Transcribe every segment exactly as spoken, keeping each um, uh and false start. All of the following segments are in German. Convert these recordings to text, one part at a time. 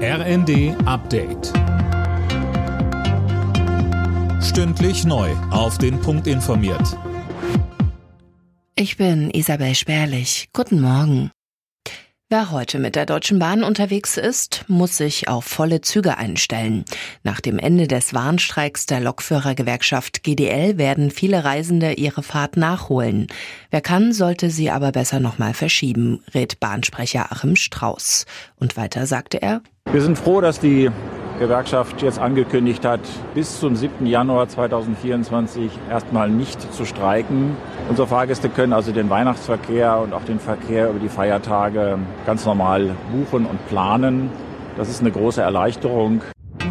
R N D Update. Stündlich neu auf den Punkt informiert. Ich bin Isabel Sperlich. Guten Morgen. Wer heute mit der Deutschen Bahn unterwegs ist, muss sich auf volle Züge einstellen. Nach dem Ende des Warnstreiks der Lokführergewerkschaft G D L werden viele Reisende ihre Fahrt nachholen. Wer kann, sollte sie aber besser nochmal verschieben, rät Bahnsprecher Achim Strauß. Und weiter sagte er: Wir sind froh, dass die Gewerkschaft jetzt angekündigt hat, bis zum siebten Januar zweitausendvierundzwanzig erstmal nicht zu streiken. Unsere Fahrgäste können also den Weihnachtsverkehr und auch den Verkehr über die Feiertage ganz normal buchen und planen. Das ist eine große Erleichterung.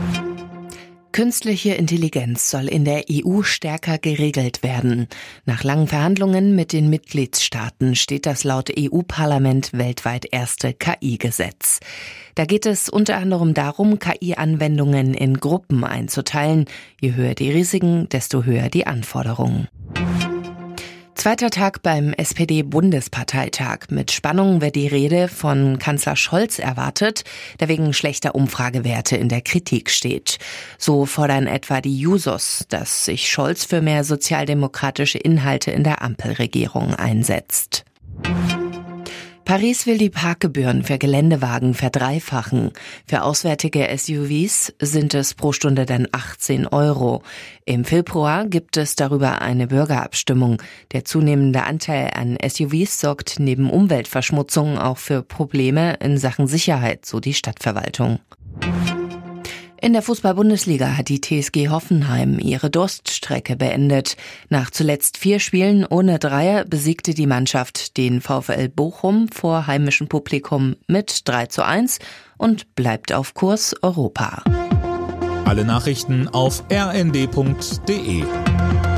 Künstliche Intelligenz soll in der E U stärker geregelt werden. Nach langen Verhandlungen mit den Mitgliedstaaten steht das laut E U-Parlament weltweit erste K I-Gesetz. Da geht es unter anderem darum, K I-Anwendungen in Gruppen einzuteilen. Je höher die Risiken, desto höher die Anforderungen. Zweiter Tag beim S P D-Bundesparteitag. Mit Spannung wird die Rede von Kanzler Scholz erwartet, der wegen schlechter Umfragewerte in der Kritik steht. So fordern etwa die Jusos, dass sich Scholz für mehr sozialdemokratische Inhalte in der Ampelregierung einsetzt. Paris will die Parkgebühren für Geländewagen verdreifachen. Für auswärtige S U Vs sind es pro Stunde dann achtzehn Euro. Im Februar gibt es darüber eine Bürgerabstimmung. Der zunehmende Anteil an S U Vs sorgt neben Umweltverschmutzung auch für Probleme in Sachen Sicherheit, so die Stadtverwaltung. In der Fußball-Bundesliga hat die T S G Hoffenheim ihre Durststrecke beendet. Nach zuletzt vier Spielen ohne Dreier besiegte die Mannschaft den VfL Bochum vor heimischem Publikum mit drei zu eins und bleibt auf Kurs Europa. Alle Nachrichten auf r n d punkt d e.